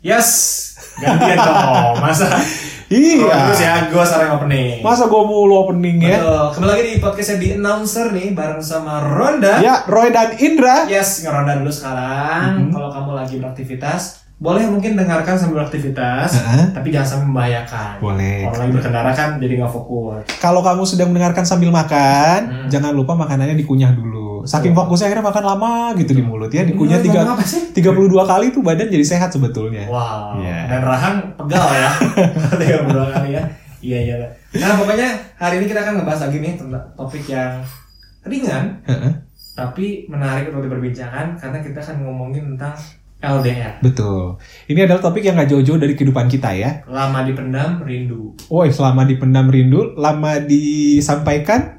Yes, gantian dong. Masa Iya. terus ya, gue sekarang opening. Masa gue mulu opening ya? Betul. Kembali lagi di podcastnya di Announcer nih, bareng sama Ronda. Ya, Roy dan Indra. Yes, ngeronda dulu sekarang. Kalau kamu lagi beraktivitas, boleh mungkin dengarkan sambil beraktivitas, tapi jangan sampai membahayakan. Boleh. Kalau lagi berkendara kan jadi nggak fokus. Kalau kamu sedang mendengarkan sambil makan, jangan lupa makanannya dikunyah dulu. Saking fokusnya akhirnya makan lama gitu di mulut ya. Dikunyah 32 kali tuh badan jadi sehat sebetulnya. Wow. Yeah. Dan rahang pegal ya. 32 kali ya. Iya. Nah, pokoknya hari ini kita akan ngebahas lagi nih tentang topik yang ringan, tapi menarik untuk diperbincangkan karena kita akan ngomongin tentang LDR. Betul. Ini adalah topik yang gak jauh-jauh dari kehidupan kita ya. Lama dipendam, rindu. Woi, selama dipendam rindu, lama disampaikan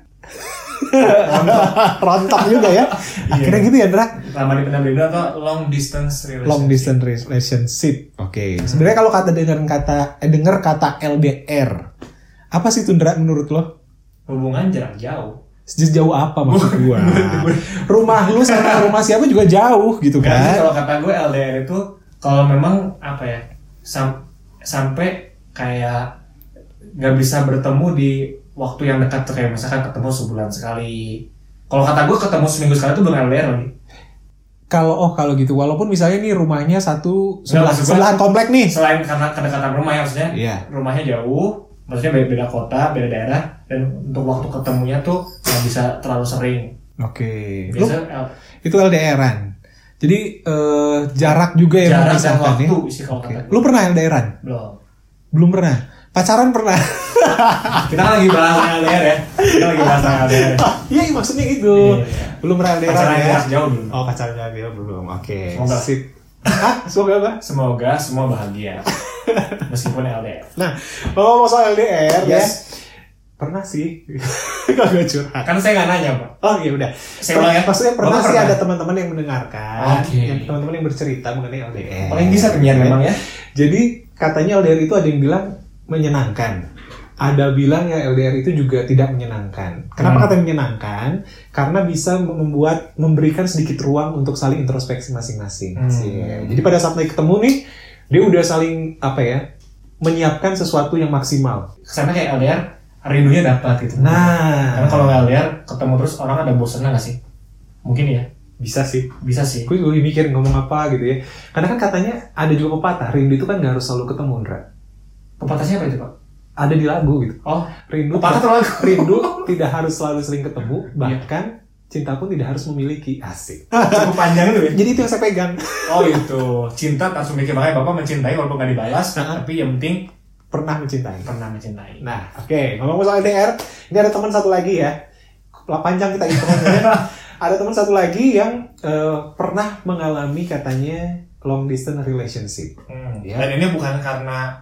rontok juga ya. Akhirnya gitu ya, Indra. Lama dipendam rindu atau long distance relationship. Long distance relationship. Oke. Sebenarnya kalau dengar kata LDR, apa sih itu, Indra, menurut lo? Hubungan jarak jauh. Sejauh apa maksud gua? Rumah lu sama rumah siapa juga jauh gitu Gak sih, kan? kalau kata gue LDR itu kalau memang apa ya sampai kayak nggak bisa bertemu di waktu yang dekat tuh, kayak misalkan ketemu sebulan sekali. Kalau kata gue ketemu seminggu sekali itu belum LDR lagi. Kalau gitu, walaupun misalnya nih rumahnya satu maksud gua, sebelahan komplek nih. Selain karena kedekatan rumah ya, maksudnya rumahnya jauh, maksudnya beda kota, beda daerah, dan untuk waktu ketemunya tuh nggak bisa terlalu sering. Oke. Biasa Itu LDR-an. Jadi jarak juga yang jarak dan memisahkan waktu ya. sih kalau kata gue. Lu pernah LDR-an? Belum pernah. Pacaran pernah. Kita kan lagi bahas LDR ya. Iya, maksudnya gitu. Iya. Belum pernah LDR Pacaran ya. jarak jauh dulu. Oh, pacaran jarak jauh belum. Oke. Semoga. Sip. Semoga apa? Semoga semua bahagia. Meskipun LDR. Nah, ngomong soal LDR ya. Yes. Pernah sih. Kagak curhat. Kan saya nggak nanya, Pak. Oh iya udah. Saya ulang ya. Maksudnya pernah Bapak sih pernah? ada teman-teman yang mendengarkan, Oke. teman-teman yang bercerita mengenai LDR. Paling bisa penyiar memang ya. Jadi katanya LDR itu ada yang bilang menyenangkan. Ada bilang ya LDR itu juga tidak menyenangkan. Kenapa katanya menyenangkan? Karena bisa memberikan sedikit ruang untuk saling introspeksi masing-masing. Jadi pada saat mereka ketemu nih, dia udah saling menyiapkan sesuatu yang maksimal. Kesannya kayak LDR rindunya dapat gitu. Nah, Karena kalau LDR ketemu terus orang ada bosannya nggak sih? Mungkin ya. bisa sih. Gue Gue mikir ngomong apa gitu ya. Karena kan katanya ada juga pepatah, rindu itu kan gak harus selalu ketemu, Indra. pepatahnya apa itu, Pak? Ada di lagu gitu. Oh, Rindu pepatah terlalu. rindu tidak harus selalu sering ketemu, bahkan cinta pun tidak harus memiliki. Asik. Cukup panjang itu ya. Jadi itu yang saya pegang. Oh itu, cinta tak memiliki, makanya Bapak mencintai walaupun nggak dibalas, tapi yang penting Pernah mencintai. pernah mencintai. Nah, oke. Ngomong soal LDR, ini ada teman satu lagi ya. Panjang kita intronya. Ada teman satu lagi yang pernah mengalami katanya long distance relationship. Ya. Dan ini bukan karena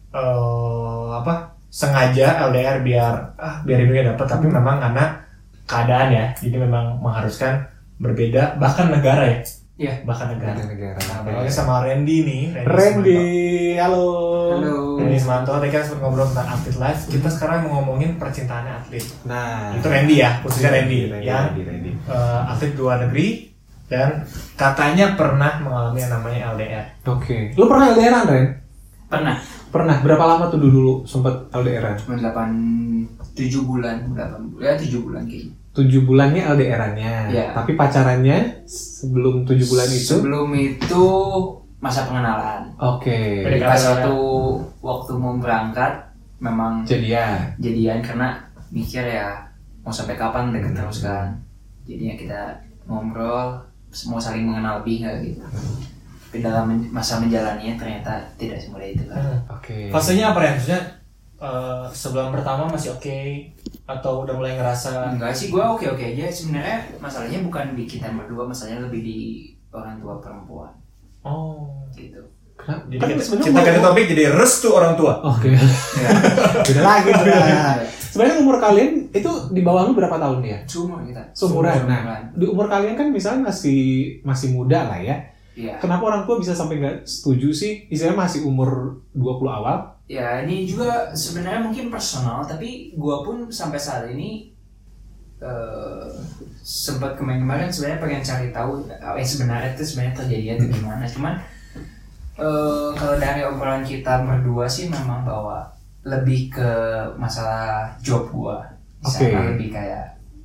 sengaja LDR biar rindunya dapat, tapi memang karena keadaan ya. Jadi memang mengharuskan berbeda, bahkan negara ya. Iya, bahkan negara. Nah, balik sama Randy nih. Randy, halo. Randy Semanto. Tadi kita sempat ngobrol tentang atlet life. Kita sekarang mau ngomongin percintaannya atlet. Nah, Itu Randy ya, khususnya Randy. Randy. Atlet luar negeri dan katanya pernah mengalami yang namanya LDR. Oke. Lu pernah LDR-an, Ren? Pernah. Berapa lama tuh dulu sempat LDR-an? Cuma 7 bulan kayaknya. 7 bulannya LDR-annya. Iya. Tapi pacarannya sebelum 7 bulan itu? Sebelum itu masa pengenalan. Oke. Pas waktu mau berangkat memang jadian karena mikir ya mau sampai kapan deket terus kan. Jadinya kita ngobrol, mau saling mengenal lebih gitu. Tapi dalam masa menjalaninya ternyata tidak semudah itu kan. Oke. Fasenya apa ya? Maksudnya sebelum pertama masih oke atau udah mulai ngerasa? Enggak sih, gue oke aja. Sebenarnya masalahnya bukan di kita berdua, masalahnya lebih di orang tua perempuan. Oh, Gitu. Kenapa? jadi kita ganti topik jadi restu orang tua. Oke. Beda lagi tuh. Sebenarnya umur kalian itu di bawah lu berapa tahun dia? Seumuran kita. Seumuran. Nah, di umur kalian kan misalnya masih muda lah ya. Iya. Kenapa orang tua bisa sampai nggak setuju sih? Istilahnya masih umur 20 awal. Ya ini juga sebenarnya mungkin personal, tapi gue pun sampai saat ini sempat kemarin sebenarnya pengen cari tahu sebenarnya itu sebenarnya terjadinya itu gimana. Cuman Kalau dari obrolan kita berdua sih memang bahwa lebih ke masalah job gua. Di sana lebih kayak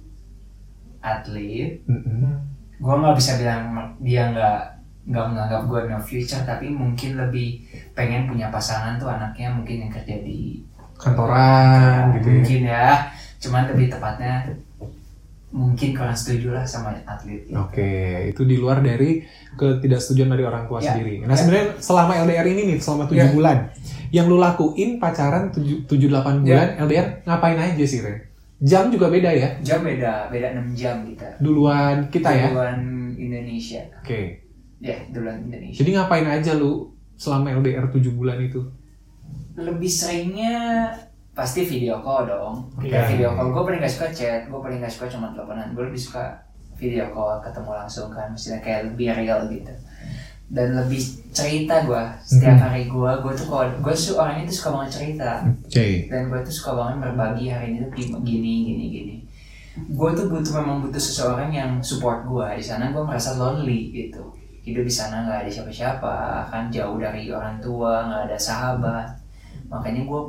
atlet. Gua nggak bisa bilang dia nggak menganggap gua no future, tapi mungkin lebih pengen punya pasangan tuh anaknya mungkin yang kerja di kantoran gitu. Mungkin ya. Cuman lebih tepatnya mungkin kurang setuju lah sama atlet. Gitu. Oke, itu di luar dari ketidaksetujuan dari orang tua sendiri. Nah sebenarnya selama LDR ini nih, selama 7 bulan, yang lu lakuin pacaran 7-8 bulan LDR ngapain aja sih, Ren? Jam juga beda ya? Jam beda 6 jam kita. Duluan kita ya? Duluan Indonesia. Oke. Ya, duluan Indonesia. Jadi ngapain aja lu selama LDR 7 bulan itu? Lebih seringnya pasti video call dong. Video call, gue paling gak suka chat, gue paling gak suka cuma teleponan. Gue lebih suka video call, ketemu langsung kan, maksudnya kayak lebih real gitu. Dan lebih cerita gue, setiap hari gue tuh orangnya tuh suka banget cerita. Dan gue tuh suka banget berbagi hari ini tuh gini. Gue tuh memang butuh seseorang yang support gue. Di sana gue merasa lonely gitu. Hidup di sana nggak ada siapa-siapa, kan jauh dari orang tua, nggak ada sahabat. Makanya gue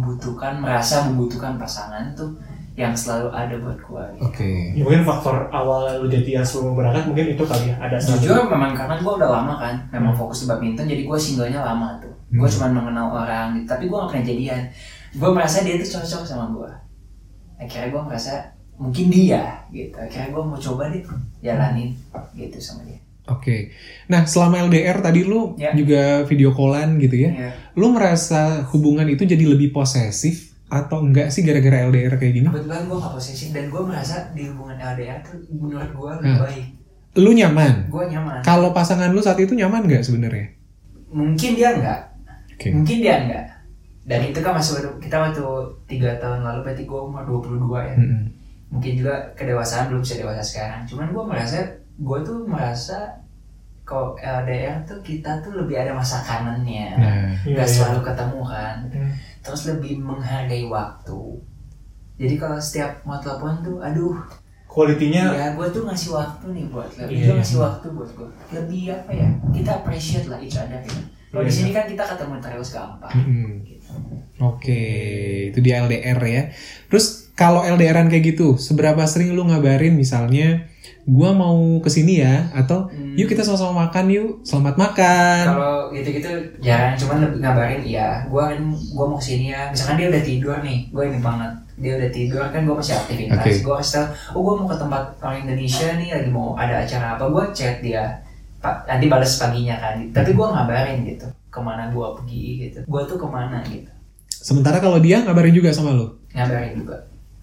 merasa membutuhkan pasangan tuh yang selalu ada buat gue. Gitu. Ya, mungkin faktor awal lu jadian sebelum berangkat mungkin itu kali ya, ada. Jujur memang karena gue udah lama kan, memang fokus di badminton, jadi gue singlenya lama tuh. Gue cuma mengenal orang, gitu, tapi gue nggak pernah jadian. Gue merasa dia tuh cocok sama gue. Akhirnya gue merasa mungkin dia, gitu. Akhirnya gue mau coba deh jalanin gitu sama dia. Oke. Nah, selama LDR tadi lu juga video callan gitu ya. Lu merasa hubungan itu jadi lebih posesif atau enggak sih gara-gara LDR kayak gini? Kebetulan gue gak posesif dan gue merasa di hubungan LDR tuh menurut gue lebih baik. Lu nyaman? Gue nyaman. Kalau pasangan lu saat itu nyaman enggak sebenarnya? Mungkin dia enggak. Mungkin dia enggak. Dan itu kan kita waktu 3 tahun lalu, berarti gue umur 22 ya. Mungkin juga kedewasaan belum bisa dewasa sekarang. Cuman gue merasa kalau LDR tuh kita tuh lebih ada masa kangennya, gak selalu ketemu kan, terus lebih menghargai waktu. Jadi kalau setiap mau telepon tuh, aduh, kualitinya. Ya gue tuh ngasih waktu nih buat dia ngasih waktu buat gue. Lebih apa ya? Kita appreciate lah each other. Gitu. Kalau di sini kan kita ketemu terus gampang. Gitu. Oke, itu dia LDR ya. Terus kalau LDRan kayak gitu, seberapa sering lu ngabarin misalnya, gua mau kesini ya, atau yuk kita sama-sama makan yuk, selamat makan. Kalau gitu-gitu jarang, cuman lebih ngabarin iya, gua mau kesini ya. Misalkan dia udah tidur nih, gua ini banget, dia udah tidur kan, gua masih aktivitas. Gua kasih tau, gua mau ke tempat orang Indonesia nih, lagi mau ada acara apa, gua chat dia, nanti balas paginya kan. Tapi gua ngabarin gitu, kemana gua pergi gitu, gua tuh kemana gitu. Sementara kalau dia ngabarin juga sama lo? Ngabarin juga.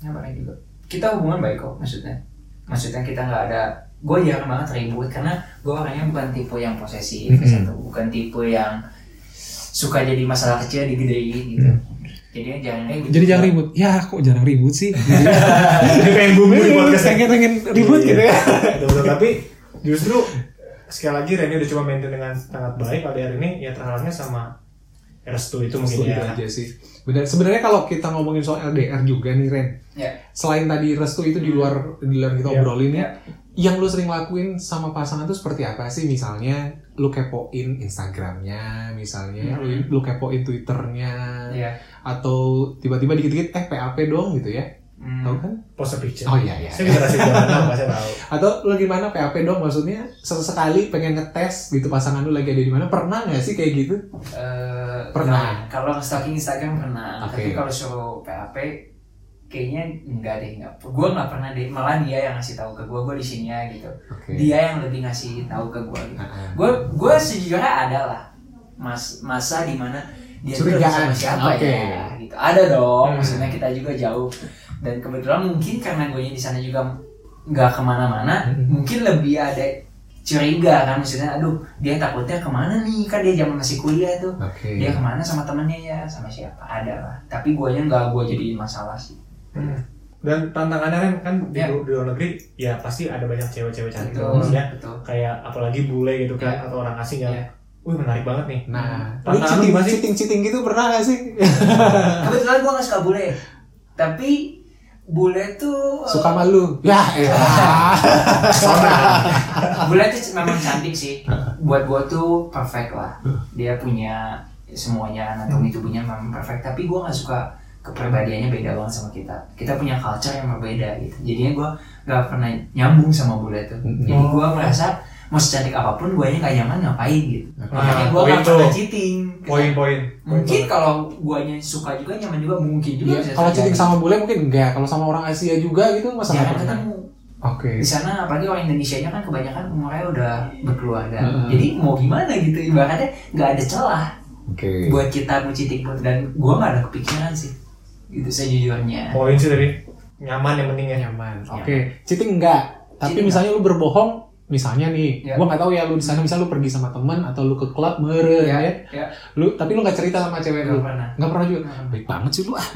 Kita hubungan baik kok, maksudnya kita nggak ada, gue jarang banget ribut karena gue orangnya bukan tipe yang posesif, bukan tipe yang suka jadi masalah kecil digedein gitu. Jadi jarang ribut. Jadi jarang ribut. Ya kok jarang ribut sih? Jadi pengen booming di podcast, pengen ribut gitu ya. Betul, tapi justru sekali lagi Reni udah coba maintain dengan sangat baik. LDR ini ya terhalangnya sama restu itu mungkin ya. Aja sih. Benar. Sebenarnya kalau kita ngomongin soal LDR juga nih Ren, selain tadi restu itu di luar kita obrolin ya, yang lu sering lakuin sama pasangan tuh seperti apa sih? Misalnya lu kepoin Instagramnya, misalnya lu kepoin Twitternya, atau tiba-tiba dikit-dikit PAP dong gitu ya. Tahu kan? Post a picture. Oh iya. Saya generasi zaman saya tahu. Atau lu gimana PAP dong, maksudnya sesekali pengen ngetes gitu pasangan lu lagi ada di mana? Pernah nggak sih kayak gitu? Pernah. Kalau stalking Instagram pernah. Tapi kalau suruh PAP kayaknya enggak deh, enggak. Gue nggak pernah deh. Malah dia yang ngasih tahu ke gue di sini ya gitu. Dia yang lebih ngasih tahu ke gue gitu. Gue sejujurnya ada lah masa dimana dia tuh sama siapa ya gitu. Ada dong. Maksudnya kita juga jauh. Dan kebetulan mungkin karena gue di sana juga nggak kemana-mana, mungkin lebih ada curiga kan, maksudnya aduh dia takutnya kemana nih, kan dia zaman masih kuliah tuh, dia kemana sama temennya ya, sama siapa, ada lah. Tapi guanya nggak gue jadiin masalah sih. Dan tantangannya kan di luar negeri ya pasti ada banyak cewek-cewek cantik, maksudnya kayak apalagi bule gitu kan, atau orang asing yang menarik banget nih. Nah, tantangan cheating gitu pernah nggak sih? Kebetulan gue nggak suka bule, tapi Bule tuh suka malu. Ya, Bule tuh memang cantik sih. Buat gua tuh perfect lah. Dia punya semuanya, anatomi tubuhnya memang perfect. Tapi gua nggak suka kepribadiannya beda banget sama kita. Kita punya culture yang berbeda gitu. Jadinya gua nggak pernah nyambung sama bule tuh. Jadi gua merasa mau secantik apapun, guanya nggak nyaman ngapain gitu. Makanya gua nggak pernah cheating. Poin. Mungkin kalau guanya suka juga, nyaman juga, mungkin juga. Ya, kalau cheating sama bule mungkin enggak. Kalau sama orang Asia juga gitu masa nggak pernah. Oke. Di sana apalagi orang Indonesianya kan kebanyakan umurnya udah berkeluarga. Jadi mau gimana gitu, ibaratnya nggak ada celah. Buat kita mau cheating pun, dan gua nggak ada kepikiran sih. Gitu sejujurnya. Poin sih tadi nyaman, yang penting ya nyaman. Oke. Cheating enggak. Tapi cheating misalnya lu berbohong. Misalnya nih, gua nggak tahu ya lu di sana, misal lu pergi sama teman atau lu ke klub meren ya. Lu tapi lu nggak cerita sama cewek lu. Nggak pernah juga. Baik banget sih lu ah.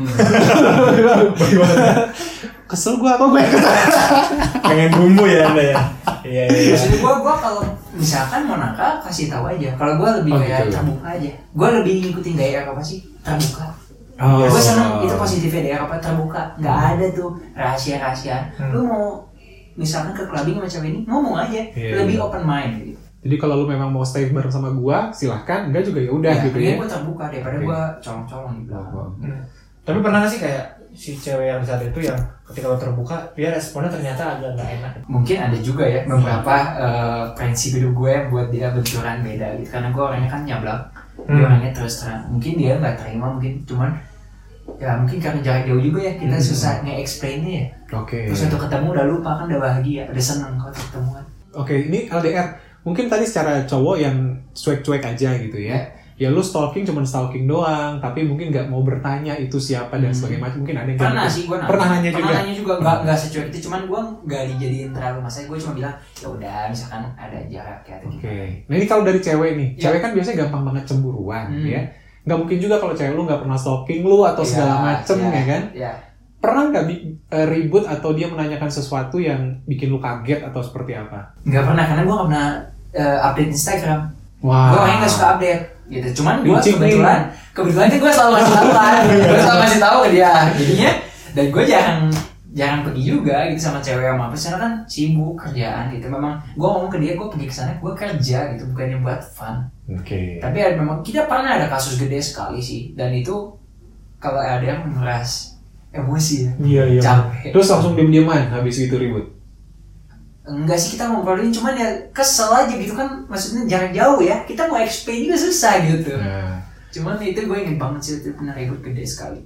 Kesel gua kok gue. Pengen bumbu ya Anda ya. Iya. Maksud gua kalau misalkan mau nakal kasih tahu aja. Kalau gua lebih kayak terbuka aja. Gua lebih ngikutin gaya apa sih? Terbuka. Gue seneng itu positifnya di Eropa, terbuka, nggak ada tuh rahasia. Lu mau misalkan ke clubbing sama cewek ini, ngomong aja, lebih open mind gitu. Jadi kalau lu memang mau stay bareng sama gua, silahkan. Enggak juga ya udah gitu ya. Gue terbuka daripada gua colong-colong gitu. Tapi pernah nggak sih kayak si cewek yang saat itu yang ketika lo terbuka, dia responnya ternyata agak nggak enak? Mungkin ada juga ya beberapa prinsip hidup gue yang buat dia benturan beda gitu. Karena gue orangnya kan nyablak, dia orangnya terus terang. Mungkin dia nggak terima, mungkin cuman ya mungkin karena jarak jauh juga ya, kita susah nge-explainnya ya. Terus untuk ketemu udah lupa kan, udah bahagia, udah seneng kalau ketemuan. Ini LDR. Mungkin tadi secara cowok yang cuek-cuek aja gitu ya. Ya lu stalking cuman stalking doang, tapi mungkin nggak mau bertanya itu siapa dan sebagainya macam. Mungkin ada yang pernah gitu. Sih gue pernah nanya juga nggak secuek itu, cuman gue nggak dijadiin terlalu masalah. Gue cuma bilang ya udah misalkan ada jarak ya. Nah ini kalau dari cewek nih, cewek kan biasanya gampang banget cemburuan ya. Nggak mungkin juga kalau cewek lu nggak pernah stalking lu atau segala macem ya kan. Pernah nggak ribut atau dia menanyakan sesuatu yang bikin lu kaget atau seperti apa? Nggak pernah, karena gue nggak pernah update Instagram. Gue orangnya nggak suka update gitu. Cuman gue kebetulan kan gue selalu ngasih tahu ke dia. Jadinya dan gue jarang pergi juga gitu sama cewek sama apa, karena kan sibuk kerjaan gitu. Memang gue ngomong ke dia, gue pergi ke sana gue kerja gitu, bukannya buat fun. Tapi memang kita pernah ada kasus gede sekali sih, dan itu kalau ada yang memeras emosi ya. Iya. Capek. Terus langsung diem-dieman habis itu ribut. Enggak sih, kita ngobrolin, cuman ya kesel aja gitu kan, maksudnya jarak jauh ya, kita mau explain juga susah gitu. Cuman itu gue ingin banget sih, itu pernah ribut gede sekali.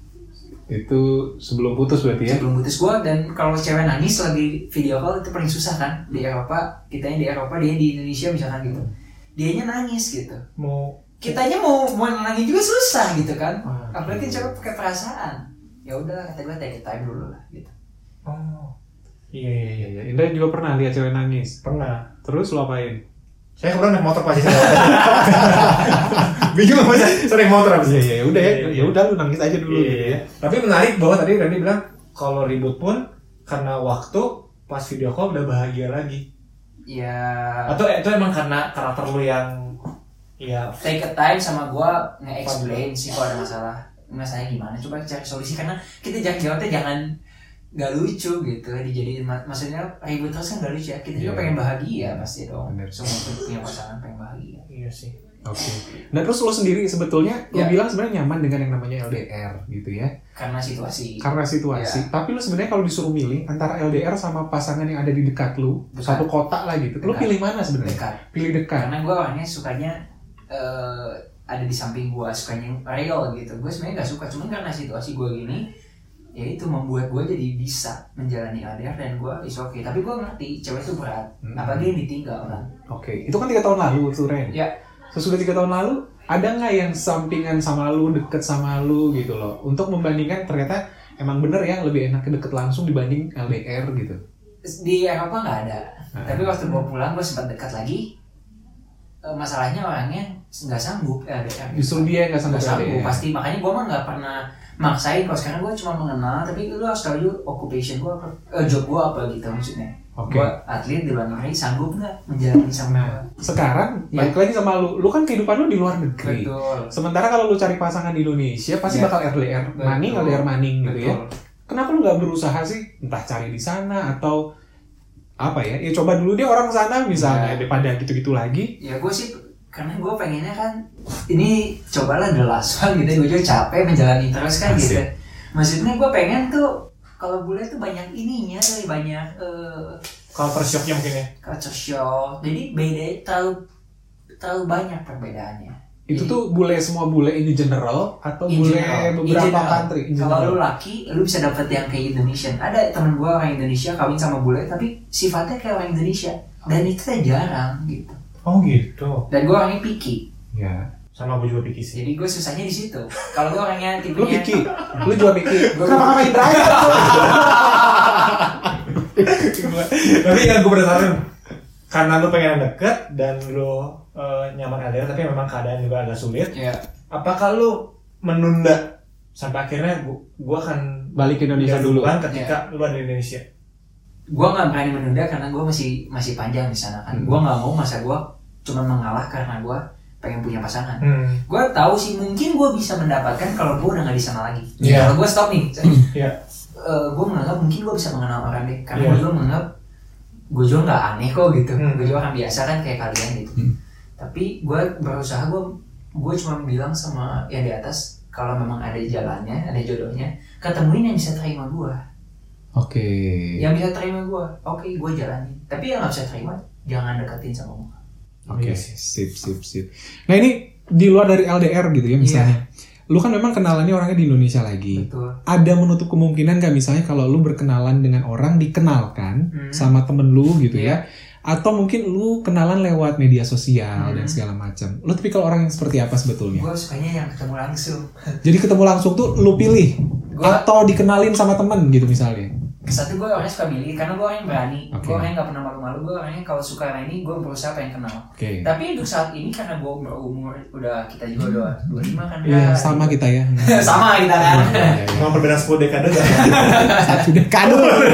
Itu sebelum putus berarti ya? Sebelum putus gue, dan kalau cewek nangis lagi video call itu paling susah kan. Di Eropa, kitanya di Eropa, dia di Indonesia misalkan gitu, dianya nangis gitu, kitanya mau nangis juga susah gitu kan. Apalagi cewek pakai perasaan. Ya udah, kata gue take time dulu lah gitu. Iya. Indra juga pernah lihat cewek nangis? Pernah. Terus lo apain? Saya kebetulan naik motor pasti. Bingung apa sih? Sering motor apa sih? Ya udah ya udah lu nangis aja dulu gitu ya. Tapi menarik bahwa tadi Randy bilang kalau ribut pun karena waktu pas video call udah bahagia lagi. Iya. Atau itu emang karena karakter lu yang ya take a time sama gue nge-explain sih kalau ada masalahnya gimana, coba cari solusi, karena kita jawabnya jangan nggak lucu gitu dijadiin, maksudnya ribut terus kan nggak lucu ya. Kita juga pengen bahagia pasti dong. Semua punya pasangan pengen bahagia. Iya sih. Nah terus lo sendiri sebetulnya lo bilang sebenarnya nyaman dengan yang namanya LDR gitu ya? Karena situasi. Tapi lo sebenarnya kalau disuruh milih antara LDR sama pasangan yang ada di dekat lo, satu kota lah gitu, lo pilih mana sebenarnya? Pilih dekat. Karena gue orangnya sukanya ada di samping gue, sukanya real gitu. Gue sebenarnya nggak suka, cuman karena situasi gue gini, ya itu membuat gue jadi bisa menjalani LDR dan gue is okay. Tapi gue ngerti cewek itu berat, apalagi yang ditinggal kan. Itu kan 3 tahun lalu tuh Ren. Ya. Sesudah 3 tahun lalu, ada nggak yang sampingan sama lu, deket sama lu gitu loh, untuk membandingkan ternyata emang bener ya lebih enak deket langsung dibanding LDR gitu? Di Eropa nggak ada. Tapi waktu gue pulang gue sempat dekat lagi. Masalahnya orangnya nggak sanggup LDR. Justru dia nggak sanggup LDR. Pasti, makanya gue mah nggak pernah maksain. Kalau sekarang gue cuma mengenal, tapi lu harus tahu juga occupation gue apa, job gue apa gitu maksudnya. Gue atlet di luar negeri, sanggup nggak menjalani sama sekarang balik lagi sama lu kan kehidupan lu di luar negeri. Betul. Sementara kalau lu cari pasangan di Indonesia pasti bakal LDR maning gitu ya. kenapa lu nggak berusaha sih, entah cari di sana atau apa ya? Ya coba dulu deh orang sana misalnya daripada gitu-gitu lagi. Ya gue sih karena gue pengennya kan ini cobalah the last one gitu. Gue juga capek menjalani terus kan gitu. Maksudnya gue pengen tuh kalau bule tuh banyak ininya, banyak culture shocknya mungkin ya. Culture shock. Jadi beda terlalu banyak perbedaannya. Itu tuh bule semua bule ini general atau bule beberapa country? Kalau lu laki, lu bisa dapet yang kayak Indonesian. Ada temen gue orang Indonesia kawin sama bule, tapi sifatnya kayak orang Indonesia. Dan itu jarang gitu. Oh gitu. Dan gue orangnya picky. Ya. Sama gue juga picky sih. Jadi gue susahnya di situ. Kalau gue orangnya tipenya. Lu picky? Lu juga picky? Kenapa main drive? Tapi yang gue penasaran, karena lu pengen deket dan lu nyaman LDR tapi memang keadaan juga agak sulit. Iya. Apakah lu menunda sampai akhirnya gua akan balik ke Indonesia dulu kan ketika lu ada di Indonesia? Gua nggak berani menunda karena gua masih panjang di sana kan. Gua nggak mau masa gua cuma mengalah karena gua pengen punya pasangan. Gua tahu sih mungkin gua bisa mendapatkan kalau gua udah nggak di sana lagi. Kalau gua stop nih, gua menganggap mungkin gua bisa mengenal orang deh karena gua menganggap gue juga nggak aneh kok gitu. Gue juga kan biasa kan kayak kalian gitu. Tapi gue berusaha, gue cuma bilang sama yang di atas kalau memang ada jalannya, ada jodohnya, ketemuin yang bisa terima gue. Oke. Yang bisa terima gue, oke, gue jalanin. Tapi yang nggak bisa terima, jangan deketin sama gue. Oke, sip. Nah ini di luar dari LDR gitu ya misalnya. Lu kan memang kenalannya orangnya di Indonesia lagi. Betul. Ada menutup kemungkinan gak misalnya kalau lu berkenalan dengan orang dikenalkan sama temen lu gitu ya? Atau mungkin lu kenalan lewat media sosial dan segala macam. Lu tipikal orang yang seperti apa sebetulnya? Gue sukanya yang ketemu langsung. Jadi ketemu langsung tuh lu pilih? Atau dikenalin sama temen gitu misalnya? Satu gue orangnya suka milih karena gue orang yang berani. Gue orangnya gak pernah malu-malu. Gue orangnya kalau suka ini gue berusaha pengen kenal. Tapi untuk saat ini karena gue berumur udah kita juga 25 kan. Iya sama kita ya. Sama kita kan. Cuma perbedaan 10 dekade kan. 1 dekade.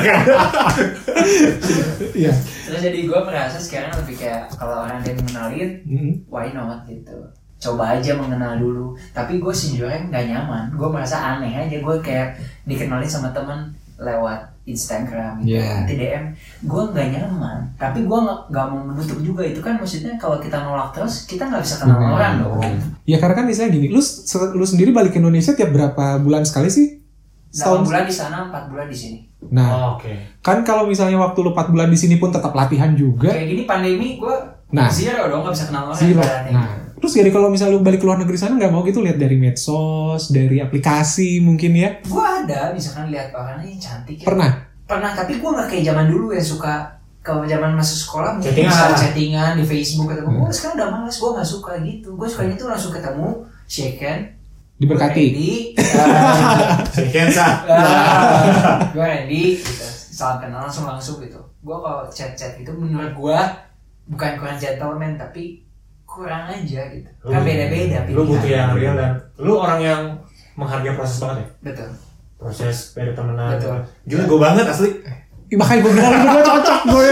Iya. Terus jadi gue merasa sekarang lebih kayak kalau orang yang mengenalin, why not gitu. Coba aja mengenal dulu. Tapi gue sejujurnya gak nyaman. Gue merasa aneh aja. Gue kayak dikenalin sama teman lewat Instagram gitu, nanti DM, gue nggak nyaman, tapi gue nggak mau menutup juga itu kan maksudnya kalau kita nolak terus kita nggak bisa kenal orang dong. Ya karena kan misalnya gini, lu sendiri balik ke Indonesia tiap berapa bulan sekali sih? 8 bulan di sana, 4 bulan di sini. Nah, kan kalau misalnya waktu lu 4 bulan di sini pun tetap latihan juga. Kayak gini pandemi gue zero dong, nggak bisa kenal orang. Zero. Nah, terus jadi kalau misalnya lu balik ke luar negeri sana nggak mau gitu lihat dari medsos, dari aplikasi mungkin ya? Gue ada, misalkan lihat orangnya yang cantik. Ya. Pernah, tapi gue nggak kayak zaman dulu ya suka kalau zaman masuk sekolah mungkin bisa chattingan di Facebook ketemu. Gue sekarang udah malas, gue nggak suka gitu. Gue sukanya tuh langsung ketemu, shake hand, diberkati. Shake hand sah. Gue ready, gitu. Salam kenal langsung gitu. Gue kalau chat gitu menurut gue bukan kurang gentleman tapi kurang aja gitu. Kan beda-beda pilihan. Lu butuh yang real dan lu orang yang menghargai proses banget ya? Betul. Proses dari temenan. Betul. Juga gue banget asli. Makanya gue bilang berdua cocok gue.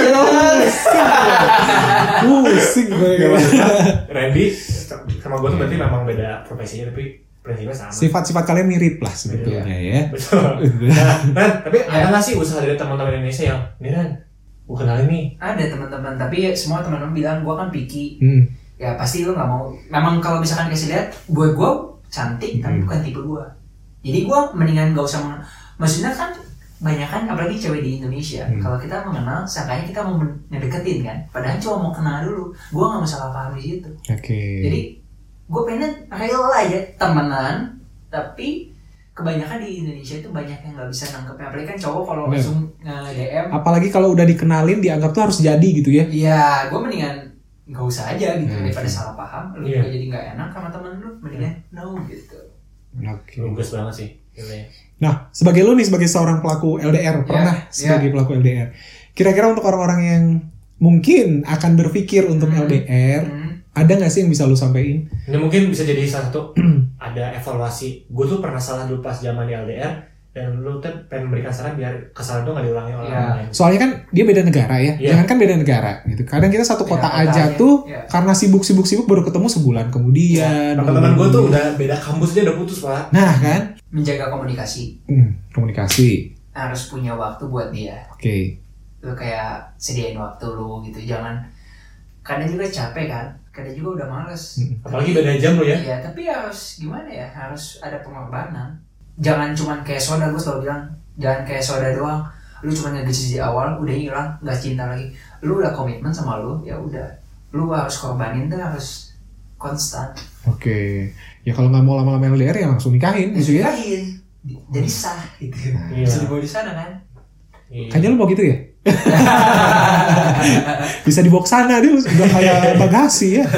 Pusing gue. Randy sama gue tuh berarti memang beda profesinya tapi prinsipnya sama. Sifat-sifat kalian mirip lah sebetulnya ya. Betul. Nah, tapi ada nggak sih usaha dari teman-teman Indonesia yang Niran, gue kenalin nih? Ada teman-teman, tapi semua teman-teman bilang gue kan picky. Ya pasti lu nggak mau. Memang kalau misalkan kasih lihat, buat gue cantik tapi bukan tipe gue. Jadi gue mendingan gak usah maksudnya kan banyak kan apalagi cewek di Indonesia. Kalau kita mengenal, sangkanya kita mau ngedeketin kan. Padahal cuma mau kenal dulu. Gue nggak masalah paham di situ. Jadi gue pengen real aja temenan, tapi kebanyakan di Indonesia itu banyak yang nggak bisa nangkepnya. Apalagi kan cowok kalau langsung nge-DM. Apalagi kalau udah dikenalin dianggap tuh harus jadi gitu ya. Iya, gue mendingan nggak usah aja gitu daripada salah paham. Lu juga jadi nggak enak sama temen lu, mendingan no gitu. Bagus banget sih. Nah, sebagai lu nih sebagai seorang pelaku LDR, pernah sebagai pelaku LDR. Kira-kira untuk orang-orang yang mungkin akan berpikir untuk LDR, ada nggak sih yang bisa lu sampaikan? Ini mungkin bisa jadi salah satu ada evaluasi. Gue tuh pernah salah dulu pas zaman di LDR dan lu tuh pengen memberikan saran biar kesalahan itu nggak diulangi oleh orang lain. Soalnya kan dia beda negara ya, jangan kan beda negara gitu. Kadang kita satu kota aja tuh karena sibuk baru ketemu sebulan kemudian. Teman-teman gue tuh udah beda kampus aja udah putus pak. Nah kan? Menjaga komunikasi. Komunikasi. harus punya waktu buat dia. Lu kayak sediain waktu lu gitu, jangan, kadang juga capek kan, kadang juga udah males. Apalagi beda jam lu ya. Iya, tapi harus gimana ya, harus ada pengorbanan. Jangan cuman kayak soda, gue selalu bilang, jangan kayak soda doang. Lu cuma ngegeci di awal, udah hilang, gak cinta lagi. Lu udah komitmen sama lu, ya udah. Lu harus korbanin tuh, harus konstan. Ya kalau nggak mau lama-lama LDR ya langsung nikahin gitu ya. Jadi sah gitu. Iya. Bisa dibawa di sana kan. Kayaknya lu mau gitu ya? Bisa dibawa ke sana dia udah kayak bagasi ya.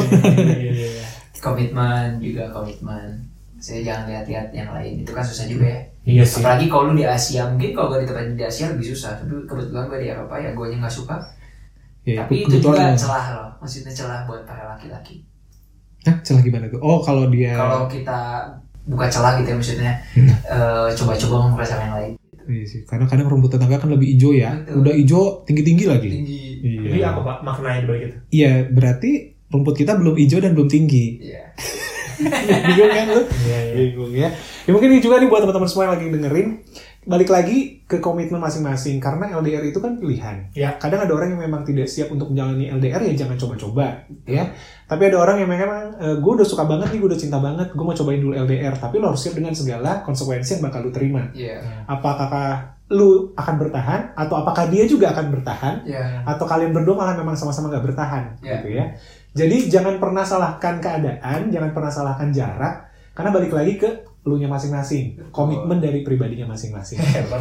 Komitmen. Saya jangan lihat-lihat yang lain, itu kan susah juga ya. Iya sih. Apalagi kalau lu di Asia, mungkin kalau gue ditempatin di Asia lebih susah. Tapi kebetulan gue di Eropa ya, gue aja nggak suka. Ya, tapi itu juga celah loh, maksudnya celah buat para laki-laki. Celah gimana tuh? Kalau kita buka celah gitu ya, maksudnya coba-coba ngerasain yang lain. Iya sih, karena kadang rumput tetangga kan lebih hijau ya. Betul. Udah hijau tinggi-tinggi lagi. Iya. Jadi apa Pak maknanya dibalik itu? Iya, berarti rumput kita belum hijau dan belum tinggi. Iya. Bingung kan lu? Iya. Bingung ya. Ya mungkin ini juga nih buat teman-teman semua yang lagi dengerin. Balik lagi ke komitmen masing-masing, karena LDR itu kan pilihan. Ya. Kadang ada orang yang memang tidak siap untuk menjalani LDR, ya jangan coba-coba, ya. Tapi ada orang yang memang, gue udah suka banget nih, gue udah cinta banget, gue mau cobain dulu LDR. Tapi lo harus siap dengan segala konsekuensi yang bakal lo terima. Apakah lu akan bertahan, atau apakah dia juga akan bertahan, atau kalian berdua malah memang sama-sama gak bertahan, gitu ya. Jadi jangan pernah salahkan keadaan, jangan pernah salahkan jarak, karena balik lagi ke lu-nya masing-masing, komitmen dari pribadinya masing-masing.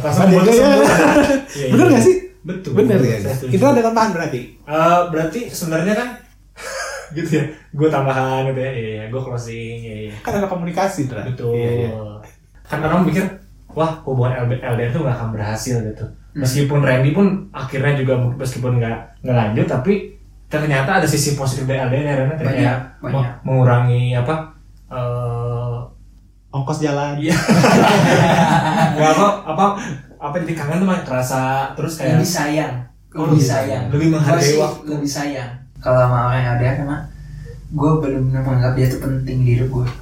Bener gak sih? Betul. Bener ya. Itu ada tambahan berarti? Berarti sebenarnya kan gitu ya. Gue tambahan gitu ya. Iya, gue closing. Iya. Kan ada komunikasi, Dra. Betul. Iya. Kan orang mikir, wah hubungan LDR itu gak akan berhasil gitu. Meskipun Randy pun akhirnya juga meskipun nggak lanjut, tapi ternyata ada sisi positif dari LDR, karena kayak mengurangi ongkos jalan. Iya. Gak apa jadi kangen tuh mah kerasa terus kayak lebih sayang, lebih menghargai waktu, lebih sayang. Kalau sama orang yang ada karena gue belum menganggap dia tuh penting di hidup gue.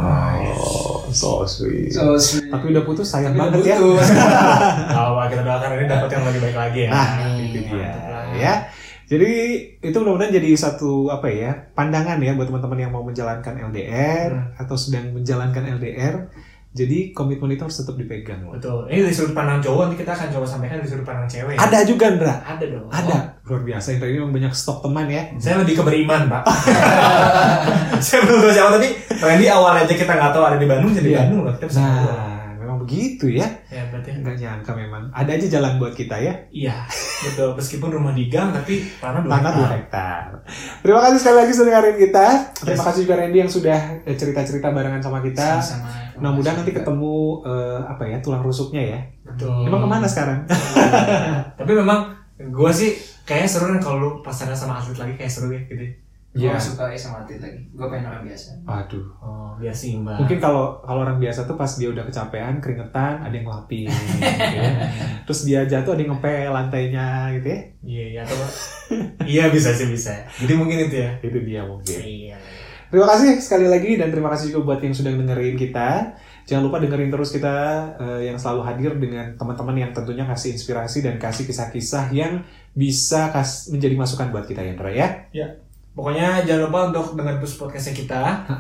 So sweet. Tapi udah putus sayang banget ya. Kalau kita doakan ini dapat yang lebih baik lagi ya. Itu dia. Ya. Jadi itu mudah-mudahan jadi satu pandangan ya buat teman-teman yang mau menjalankan LDR atau sedang menjalankan LDR. Jadi komitmen itu harus tetap dipegang. Betul. Ini dari sudut pandang cowok, nanti kita akan coba sampaikan dari sudut pandang cewek. Ada juga, Ndra? Ada dong. Ada. Luar biasa. Ini memang banyak stok teman ya. Saya lebih ke beriman, Pak. Saya belum tahu siapa, tapi Randy awal aja kita nggak tahu ada di Bandung, jadi Bandung loh. Kita bisa memang begitu ya. Ya berarti nggak nyangka memang. Ada aja jalan buat kita ya. Iya, betul. Meskipun rumah di gang, tapi tanah 2 hektar. Terima kasih sekali lagi sudah dengerin kita. Terima kasih juga Randy yang sudah cerita-cerita barengan sama kita. Sama-sama. Mudah-mudahan nanti ketemu tulang rusuknya ya. Betul. Emang kemana sekarang? Tapi memang gue sih kayaknya seru kan kalau lu pasangan sama atlet lagi, kayak seru ya gitu. Gue suka sama atlet lagi. Gue pengen orang biasa. Aduh. Biar seimbang. Mungkin kalau orang biasa tuh pas dia udah kecapean, keringetan, ada yang ngelapin gitu ya. Terus dia jatuh ada yang ngepel lantainya gitu ya. Iya, atau iya bisa. Jadi mungkin itu ya. Itu dia mungkin. Iya. Terima kasih sekali lagi dan terima kasih juga buat yang sudah dengerin kita. Jangan lupa dengerin terus kita yang selalu hadir dengan teman-teman yang tentunya kasih inspirasi dan kasih kisah-kisah yang bisa menjadi masukan buat kita ya, Ndra ya. Ya. Pokoknya jangan lupa untuk dengar terus podcastnya kita.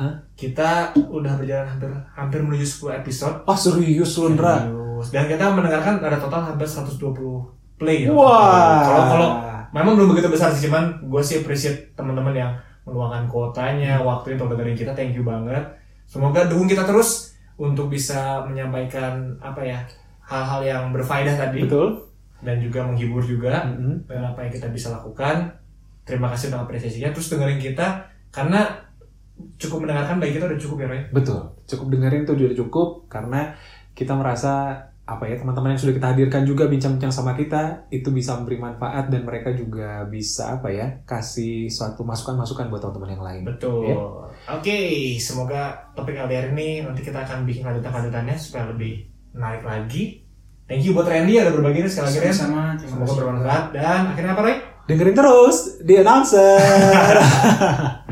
Kita udah berjalan hampir menuju 10 episode. Oh serius lu, Ndra? Dan kita mendengarkan ada total hampir 120 play. Wah. Kalau memang belum begitu besar sih, cuman gue sih appreciate teman-teman yang meluangkan kuotanya, waktunya untuk dengerin kita. Thank you banget. Semoga dukung kita terus untuk bisa menyampaikan hal-hal yang berfaedah tadi. Betul. Dan juga menghibur juga dengan apa yang kita bisa lakukan. Terima kasih untuk apresiasinya. Terus dengerin kita karena cukup mendengarkan bagi kita udah cukup ya, Roy. Betul. Cukup dengerin itu udah cukup karena kita merasa teman-teman yang sudah kita hadirkan juga bincang-bincang sama kita itu bisa memberi manfaat dan mereka juga bisa kasih suatu masukan-masukan buat teman-teman yang lain. Betul. Ya? Oke, semoga topik LDR ini nanti kita akan bikin lanjutan-lanjutannya supaya lebih menarik lagi. Thank you buat Randy ada berbagi sekali lagi Ren. Semoga bermanfaat dan akhirnya apa, Roy? Dengerin terus di Announcer.